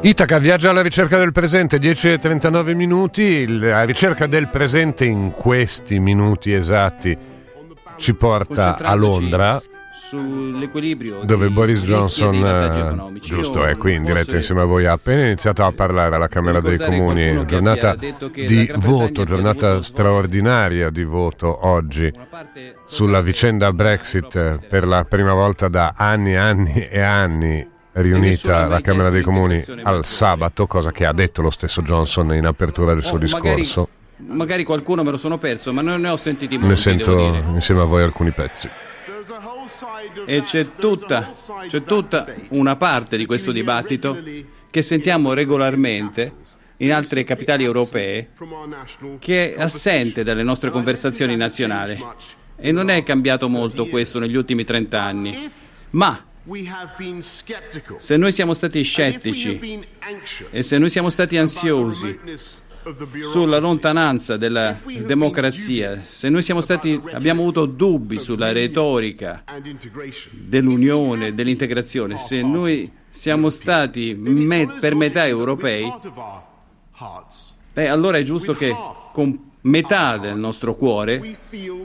Itaca viaggia alla ricerca del presente, 10:39 minuti. La ricerca del presente in questi minuti esatti ci porta a Londra, sull'equilibrio dove Boris Johnson, giusto, è qui in diretta insieme a voi, ha appena iniziato a parlare alla Camera dei Comuni. Giornata di voto, giornata straordinaria di voto oggi sulla vicenda Brexit, per la prima volta da anni e anni riunita la Camera dei Comuni al sabato, cosa che ha detto lo stesso Johnson in apertura del suo discorso. Magari qualcuno me lo sono perso, ma non ne ho sentiti molti. Ne sento insieme a voi alcuni pezzi. E c'è tutta una parte di questo dibattito che sentiamo regolarmente in altre capitali europee, che è assente dalle nostre conversazioni nazionali. E non è cambiato molto questo negli ultimi 30 anni. Ma se noi siamo stati scettici e se noi siamo stati ansiosi sulla lontananza della democrazia, se noi abbiamo avuto dubbi sulla retorica dell'unione, dell'integrazione, se noi siamo stati per metà europei, allora è giusto che con metà del nostro cuore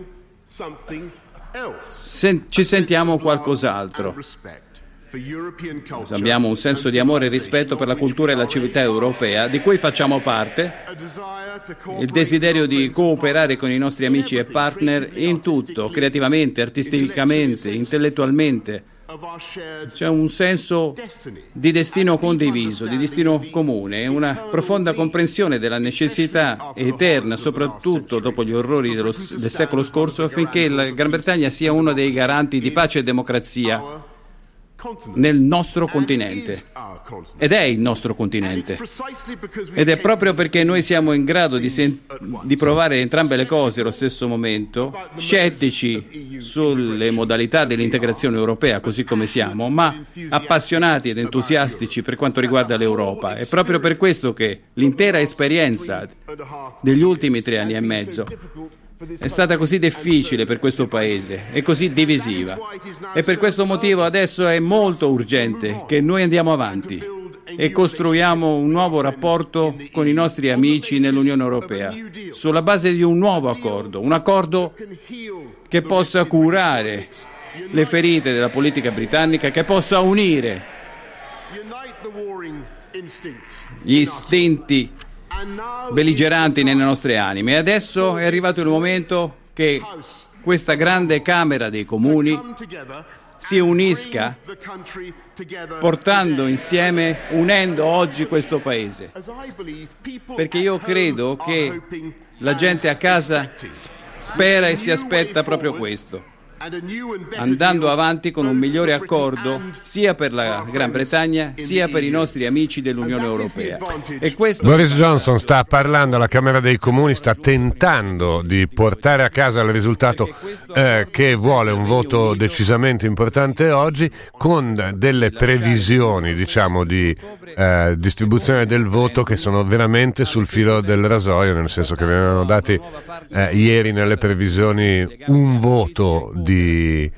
ci sentiamo qualcos'altro. Abbiamo un senso di amore e rispetto per la cultura e la civiltà europea di cui facciamo parte, il desiderio di cooperare con i nostri amici e partner in tutto, creativamente, artisticamente, intellettualmente. C'è un senso di destino condiviso, di destino comune, e una profonda comprensione della necessità eterna, soprattutto dopo gli orrori del secolo scorso, affinché la Gran Bretagna sia uno dei garanti di pace e democrazia nel nostro continente. Ed è il nostro continente. Ed è proprio perché noi siamo in grado di provare entrambe le cose allo stesso momento, scettici sulle modalità dell'integrazione europea così come siamo, ma appassionati ed entusiastici per quanto riguarda l'Europa. È proprio per questo che l'intera esperienza degli ultimi 3 anni e mezzo è stata così difficile per questo Paese e così divisiva. E per questo motivo adesso è molto urgente che noi andiamo avanti e costruiamo un nuovo rapporto con i nostri amici nell'Unione Europea, sulla base di un nuovo accordo, un accordo che possa curare le ferite della politica britannica, che possa unire gli istinti belligeranti nelle nostre anime. E adesso è arrivato il momento che questa grande Camera dei Comuni si unisca, portando insieme, unendo oggi questo Paese. Perché io credo che la gente a casa spera e si aspetta proprio questo, andando avanti con un migliore accordo sia per la Gran Bretagna sia per i nostri amici dell'Unione Europea. E questo... Boris Johnson sta parlando alla Camera dei Comuni, sta tentando di portare a casa il risultato che vuole, un voto decisamente importante oggi, con delle previsioni, diciamo, di distribuzione del voto che sono veramente sul filo del rasoio, nel senso che venivano dati ieri nelle previsioni un voto di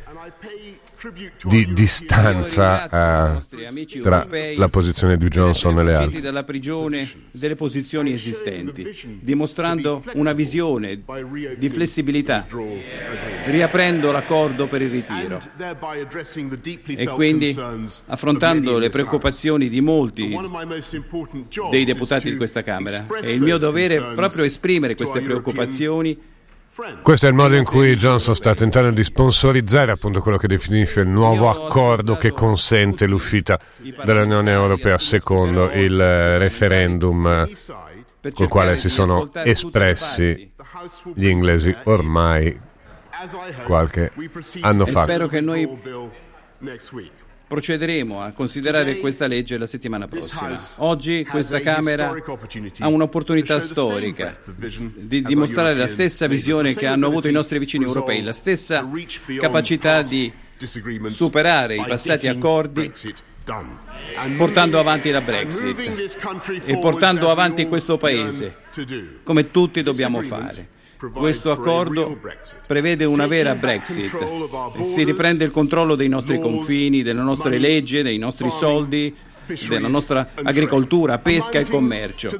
distanza tra la posizione di Johnson e le altre. Dalla prigione delle posizioni esistenti, dimostrando una visione di flessibilità, riaprendo l'accordo per il ritiro e quindi affrontando le preoccupazioni di molti dei deputati di questa Camera. È il mio dovere proprio esprimere queste preoccupazioni. Questo è il modo in cui Johnson sta tentando di sponsorizzare appunto quello che definisce il nuovo accordo che consente l'uscita dall'Unione Europea secondo il referendum col quale si sono espressi gli inglesi ormai qualche anno fa. Spero che noi procederemo a considerare questa legge la settimana prossima. Oggi questa Camera ha un'opportunità storica di dimostrare la stessa visione che hanno avuto i nostri vicini europei, la stessa capacità di superare i passati accordi, portando avanti la Brexit e portando avanti questo Paese, come tutti dobbiamo fare. Questo accordo prevede una vera Brexit, si riprende il controllo dei nostri confini, delle nostre leggi, dei nostri soldi, della nostra agricoltura, pesca e commercio.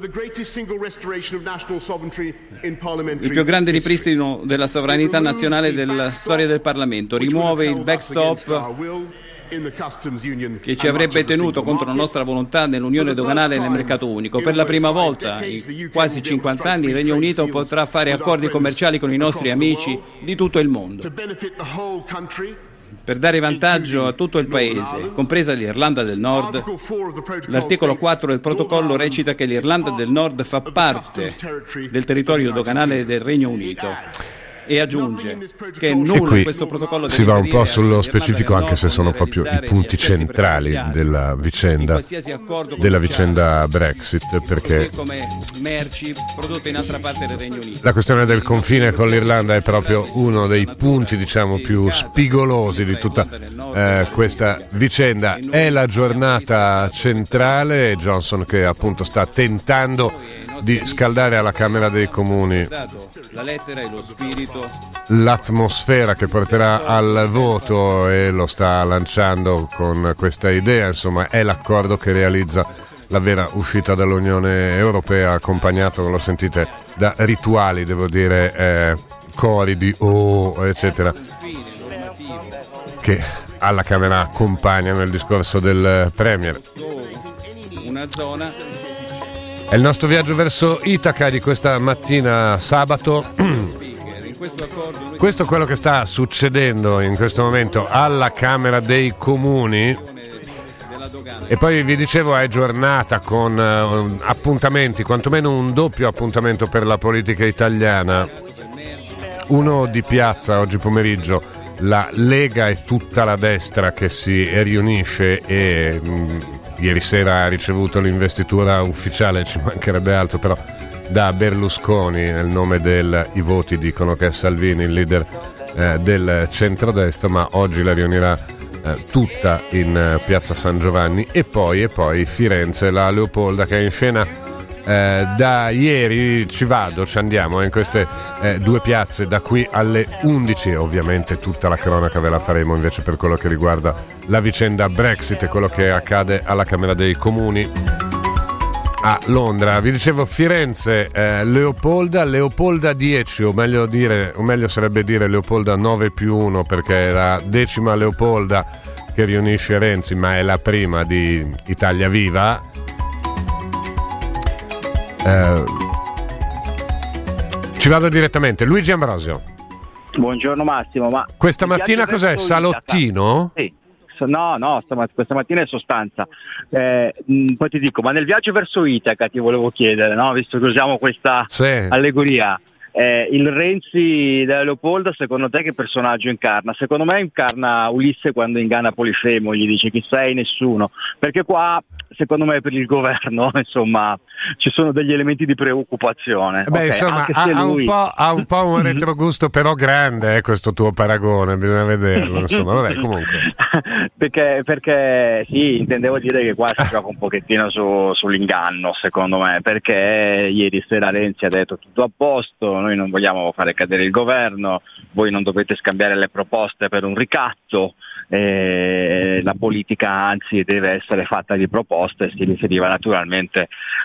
Il più grande ripristino della sovranità nazionale della storia del Parlamento, rimuove il backstop che ci avrebbe tenuto contro la nostra volontà nell'Unione doganale e nel mercato unico. Per la prima volta in quasi 50 anni il Regno Unito potrà fare accordi commerciali con i nostri amici di tutto il mondo per dare vantaggio a tutto il Paese, compresa l'Irlanda del Nord. L'articolo 4 del protocollo recita che l'Irlanda del Nord fa parte del territorio doganale del Regno Unito. E aggiunge che nulla in questo protocollo si va un po' sullo specifico, anche se sono proprio i punti centrali della vicenda Brexit, perché come merci prodotte in altra parte del Regno Unito. La questione del confine con l'Irlanda è proprio uno dei punti, diciamo, più spigolosi di tutta questa vicenda. È la giornata centrale, Johnson che appunto sta tentando di scaldare alla Camera dei Comuni la lettera e lo spirito, l'atmosfera che porterà al voto, e lo sta lanciando con questa idea. Insomma, è l'accordo che realizza la vera uscita dall'Unione Europea, accompagnato, lo sentite, da rituali, devo dire, cori di eccetera, che alla Camera accompagnano il discorso del Premier. Una zona. È il nostro viaggio verso Itaca di questa mattina sabato. Questo è quello che sta succedendo in questo momento alla Camera dei Comuni. E poi vi dicevo, è giornata con appuntamenti, quantomeno un doppio appuntamento per la politica italiana. Uno di piazza oggi pomeriggio, la Lega e tutta la destra che si riunisce e ieri sera ha ricevuto l'investitura ufficiale, ci mancherebbe altro, però da Berlusconi, nel nome i voti dicono che è Salvini il leader del centrodestra, ma oggi la riunirà tutta in piazza San Giovanni. E poi Firenze, la Leopolda, che è in scena da ieri. Ci andiamo in queste due piazze da qui alle 11. Ovviamente tutta la cronaca ve la faremo invece per quello che riguarda la vicenda Brexit e quello che accade alla Camera dei Comuni a Londra. Vi dicevo Firenze, Leopolda 10, o meglio sarebbe dire Leopolda 9+1, perché è la 10ª Leopolda che riunisce Renzi, ma è la prima di Italia Viva. Ci vado direttamente. Luigi Ambrosio. Buongiorno Massimo. Ma questa mattina cos'è? Salottino? Sì. No, questa mattina è sostanza. Poi ti dico, ma nel viaggio verso Itaca ti volevo chiedere, no? Visto che usiamo questa allegoria, il Renzi della Leopolda, secondo te che personaggio incarna? Secondo me incarna Ulisse quando inganna Polifemo, gli dice chi sei? Nessuno. Perché qua, secondo me, per il governo, insomma, ci sono degli elementi di preoccupazione. Insomma, ha un po' un retrogusto però grande, questo tuo paragone, bisogna vederlo, insomma, vabbè, comunque. perché sì, intendevo dire che qua si gioca un pochettino sull'inganno, secondo me, perché ieri sera Renzi ha detto tutto a posto, noi non vogliamo fare cadere il governo, voi non dovete scambiare le proposte per un ricatto. La politica anzi deve essere fatta di proposte. Si riferiva naturalmente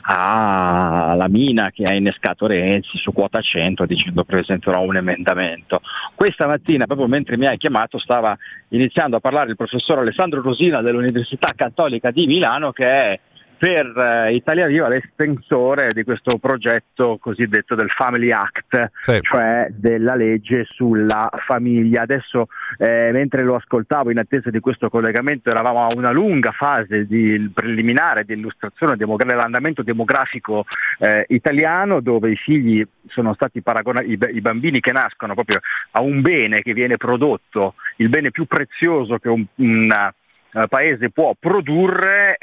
alla mina che ha innescato Renzi su quota 100 dicendo presenterò un emendamento. Questa mattina, proprio mentre mi hai chiamato, stava iniziando a parlare il professor Alessandro Rosina dell'Università Cattolica di Milano, che è per Italia Viva l'estensore di questo progetto cosiddetto del Family Act, cioè della legge sulla famiglia. Adesso mentre lo ascoltavo in attesa di questo collegamento eravamo a una lunga fase preliminare di illustrazione dell'andamento demografico italiano, dove i figli sono stati paragonati, i bambini che nascono proprio a un bene che viene prodotto, il bene più prezioso che un paese può produrre,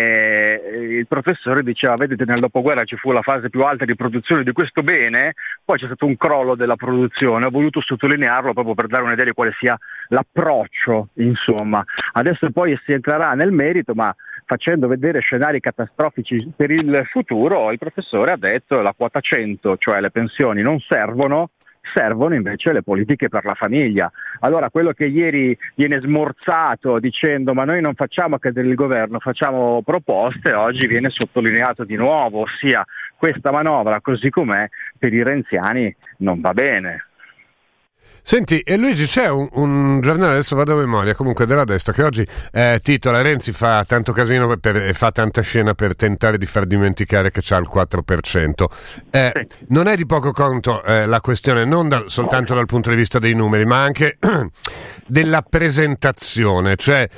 e il professore diceva, vedete, nel dopoguerra ci fu la fase più alta di produzione di questo bene, poi c'è stato un crollo della produzione. Ho voluto sottolinearlo proprio per dare un'idea di quale sia l'approccio, insomma. Adesso poi si entrerà nel merito, ma facendo vedere scenari catastrofici per il futuro. Il professore ha detto la quota 100, cioè le pensioni non servono servono invece le politiche per la famiglia. Allora quello che ieri viene smorzato dicendo ma noi non facciamo cadere il governo, facciamo proposte, oggi viene sottolineato di nuovo, ossia questa manovra così com'è per i renziani non va bene. Senti, e Luigi, c'è un giornale, adesso vado a memoria, comunque della destra, che oggi titola Renzi fa tanto casino e fa tanta scena per tentare di far dimenticare che c'ha il 4%. Non è di poco conto la questione, non soltanto dal punto di vista dei numeri, ma anche della presentazione, cioè,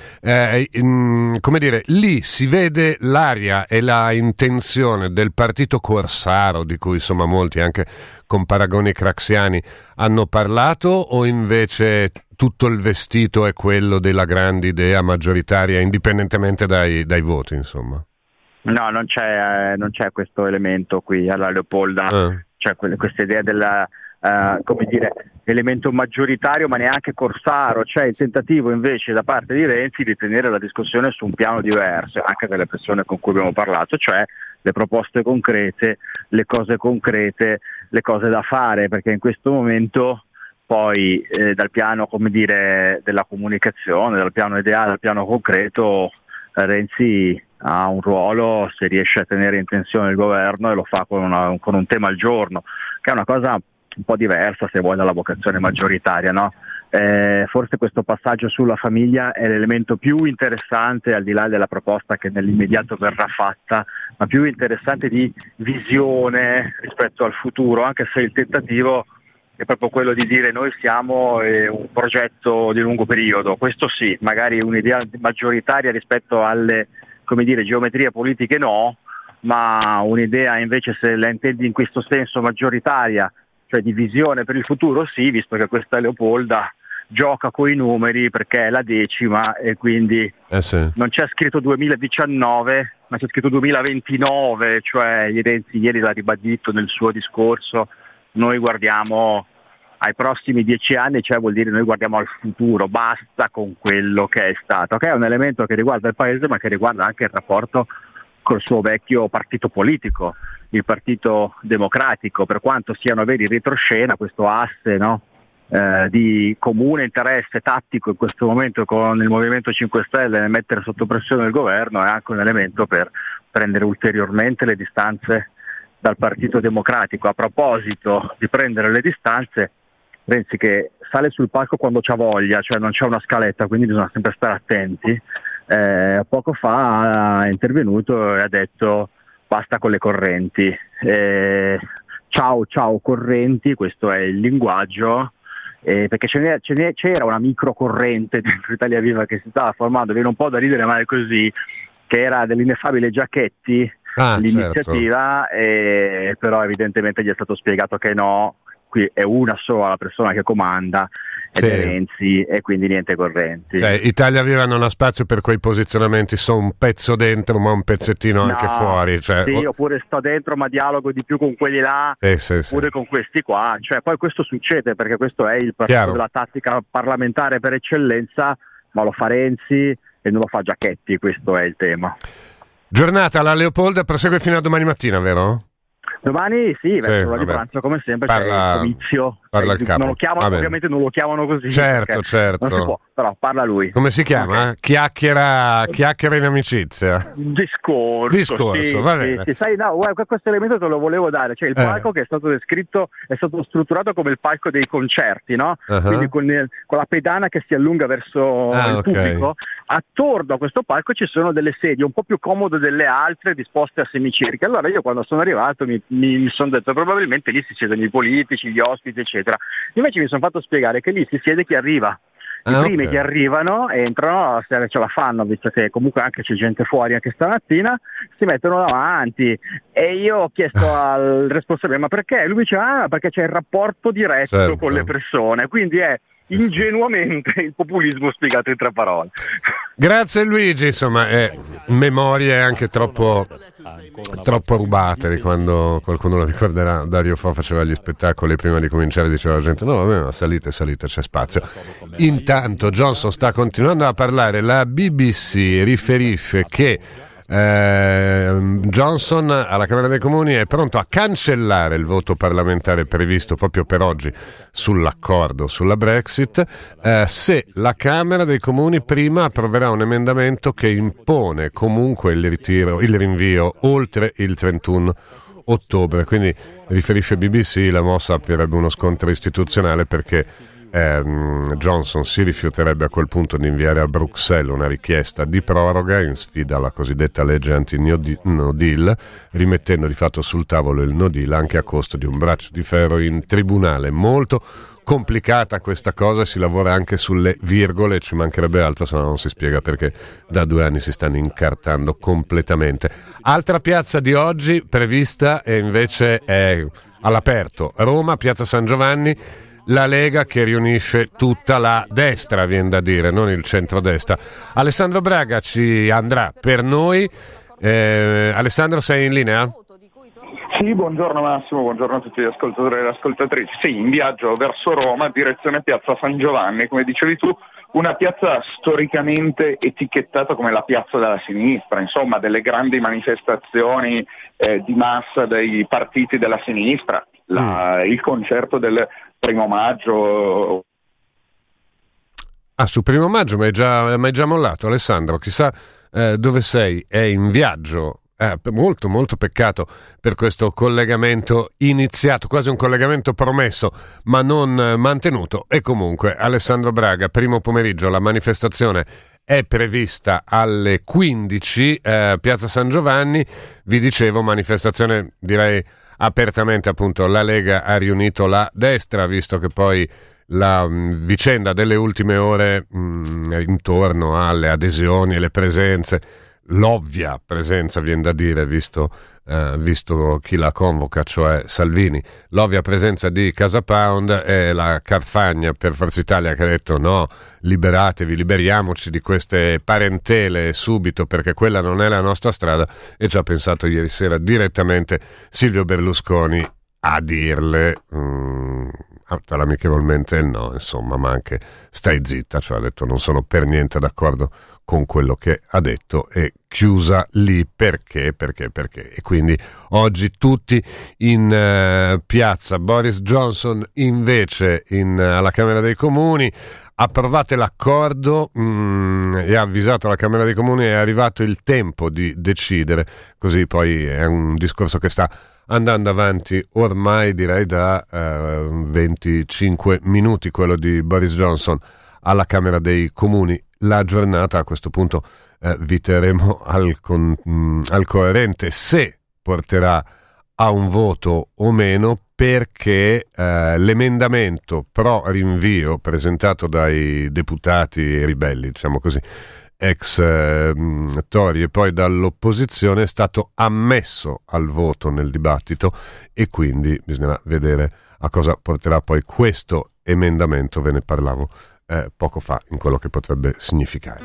come dire, lì si vede l'aria e la intenzione del partito corsaro, di cui insomma molti anche con paragoni craxiani hanno parlato, o invece tutto il vestito è quello della grande idea maggioritaria indipendentemente dai voti, insomma? No, non c'è questo elemento qui alla Leopolda, c'è questa idea della come dire, elemento maggioritario ma neanche corsaro, c'è il tentativo invece da parte di Renzi di tenere la discussione su un piano diverso, anche delle persone con cui abbiamo parlato, cioè le proposte concrete, le cose concrete, le cose da fare, perché in questo momento poi dal piano, come dire, della comunicazione, dal piano ideale al piano concreto, Renzi ha un ruolo se riesce a tenere in tensione il governo, e lo fa con un tema al giorno, che è una cosa un po' diversa se vuoi dalla vocazione maggioritaria, no? Forse questo passaggio sulla famiglia è l'elemento più interessante, al di là della proposta che nell'immediato verrà fatta, ma più interessante di visione rispetto al futuro, anche se il tentativo è proprio quello di dire noi siamo un progetto di lungo periodo, questo sì, magari un'idea maggioritaria rispetto alle, come dire, geometrie politiche no, ma un'idea invece, se la intendi in questo senso maggioritaria, cioè di visione per il futuro, sì, visto che questa Leopolda gioca coi numeri perché è la 10ª e quindi sì. Non c'è scritto 2019 ma c'è scritto 2029, cioè Renzi ieri l'ha ribadito nel suo discorso, noi guardiamo ai prossimi 10 anni, cioè vuol dire noi guardiamo al futuro, basta con quello che è stato, che è un elemento che riguarda il paese ma che riguarda anche il rapporto col suo vecchio partito politico, il Partito Democratico, per quanto siano veri retroscena, questo asse, no, di comune interesse tattico in questo momento con il Movimento 5 Stelle nel mettere sotto pressione il governo, è anche un elemento per prendere ulteriormente le distanze dal Partito Democratico. A proposito di prendere le distanze, Renzi che sale sul palco quando c'ha voglia, cioè non c'è una scaletta, quindi bisogna sempre stare attenti. Poco fa è intervenuto e ha detto basta con le correnti, ciao correnti, questo è il linguaggio, perché c'era una microcorrente dentro Italia Viva che si stava formando, viene un po' da ridere ma è così, che era dell'ineffabile Giachetti, l'iniziativa, certo. Però evidentemente gli è stato spiegato che no, qui è una sola la persona che comanda, ed è Renzi, e quindi niente correnti. Italia Viva non ha spazio per quei posizionamenti, sono un pezzo dentro ma un pezzettino anche fuori, cioè, sì, oppure sto dentro ma dialogo di più con quelli là, oppure con questi qua, cioè poi questo succede perché questo è il partito della tattica parlamentare per eccellenza, ma lo fa Renzi e non lo fa Giachetti, questo è il tema. Giornata alla Leopolda prosegue fino a domani mattina, vero? Domani sì, verso l'ora di pranzo come sempre c'è il comizio. Parla il capo. Non lo chiamano, ovviamente non lo chiamano così. Certo. Non si può, però parla lui. Come si chiama? Chiacchiera in amicizia. Discorso, sì, va bene. Sì. Sai, no, questo elemento te lo volevo dare, cioè il palco che è stato descritto è stato strutturato come il palco dei concerti, no? Quindi con la pedana che si allunga verso il pubblico. Attorno a questo palco ci sono delle sedie un po' più comode delle altre, disposte a semicirca. Allora io quando sono arrivato mi sono detto probabilmente lì si siedono i politici, gli ospiti eccetera, invece mi sono fatto spiegare che lì si siede chi arriva, i primi che arrivano entrano, se ce la fanno, visto che comunque anche c'è gente fuori anche stamattina, si mettono davanti, e io ho chiesto al responsabile ma perché? Lui dice perché c'è il rapporto diretto con le persone, quindi è ingenuamente il populismo spiegato in 3 parole. Grazie Luigi, insomma memorie anche troppo rubate di quando qualcuno lo ricorderà. Dario Fo faceva gli spettacoli, prima di cominciare diceva alla gente no vabbè, ma salite, c'è spazio. Intanto Johnson sta continuando a parlare, la BBC riferisce che Johnson alla Camera dei Comuni è pronto a cancellare il voto parlamentare previsto proprio per oggi sull'accordo sulla Brexit se la Camera dei Comuni prima approverà un emendamento che impone comunque il rinvio oltre il 31 ottobre. Quindi, riferisce BBC, la mossa aprirebbe uno scontro istituzionale perché Johnson si rifiuterebbe a quel punto di inviare a Bruxelles una richiesta di proroga in sfida alla cosiddetta legge anti-no deal, rimettendo di fatto sul tavolo il no deal anche a costo di un braccio di ferro in tribunale. Molto complicata questa cosa, si lavora anche sulle virgole, ci mancherebbe altro, se no non si spiega perché da 2 anni si stanno incartando completamente. Altra piazza di oggi prevista e invece è all'aperto, Roma, Piazza San Giovanni, la Lega che riunisce tutta la destra, viene da dire, non il centrodestra. Alessandro Braga ci andrà per noi. Alessandro, sei in linea? Sì, buongiorno Massimo, buongiorno a tutti gli ascoltatori e le ascoltatrici. Sì, in viaggio verso Roma, direzione Piazza San Giovanni, come dicevi tu, una piazza storicamente etichettata come la piazza della sinistra, insomma, delle grandi manifestazioni di massa dei partiti della sinistra, il concerto del 1° maggio. Su 1° maggio mi hai già mollato, Alessandro, chissà dove sei, è in viaggio. Molto molto peccato per questo collegamento iniziato, quasi un collegamento promesso ma non mantenuto. E comunque, Alessandro Braga, primo pomeriggio, la manifestazione è prevista alle 15, Piazza San Giovanni, vi dicevo, manifestazione direi apertamente, appunto, la Lega ha riunito la destra, visto che poi la vicenda delle ultime ore intorno alle adesioni e le presenze, l'ovvia presenza, viene da dire, visto chi la convoca, cioè Salvini, l'ovvia presenza di Casa Pound e la Carfagna per Forza Italia che ha detto no, liberatevi, liberiamoci di queste parentele subito perché quella non è la nostra strada, e ci ha pensato ieri sera direttamente Silvio Berlusconi a dirle amichevolmente il no, insomma, ma anche stai zitta, cioè ha detto non sono per niente d'accordo con quello che ha detto, e chiusa lì perché. E quindi oggi tutti in piazza. Boris Johnson invece alla Camera dei Comuni. Approvate l'accordo e ha avvisato la Camera dei Comuni, è arrivato il tempo di decidere, così poi è un discorso che sta andando avanti ormai direi da 25 minuti, quello di Boris Johnson alla Camera dei Comuni. La giornata a questo punto vi terremo al coerente se porterà a un voto o meno, perché l'emendamento pro rinvio presentato dai deputati ribelli, diciamo così, ex Tory e poi dall'opposizione, è stato ammesso al voto nel dibattito, e quindi bisognerà vedere a cosa porterà poi questo emendamento. Ve ne parlavo poco fa, in quello che potrebbe significare.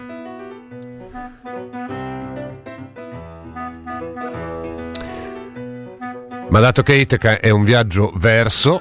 Ma dato che Itaca è un viaggio verso,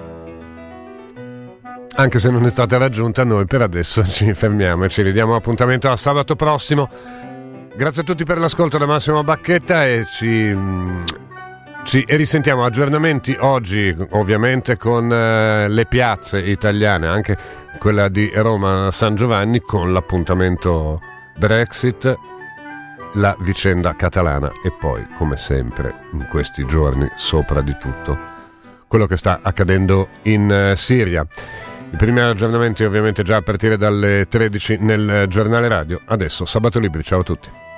anche se non è stata raggiunta, noi per adesso ci fermiamo e ci ridiamo appuntamento a sabato prossimo. Grazie a tutti per l'ascolto da Massimo Bacchetta, e ci risentiamo. Aggiornamenti oggi ovviamente con le piazze italiane, anche quella di Roma San Giovanni, con l'appuntamento Brexit, la vicenda catalana e poi, come sempre in questi giorni, sopra di tutto quello che sta accadendo in Siria. I primi aggiornamenti ovviamente già a partire dalle 13 nel giornale radio. Adesso Sabato Libri, ciao a tutti.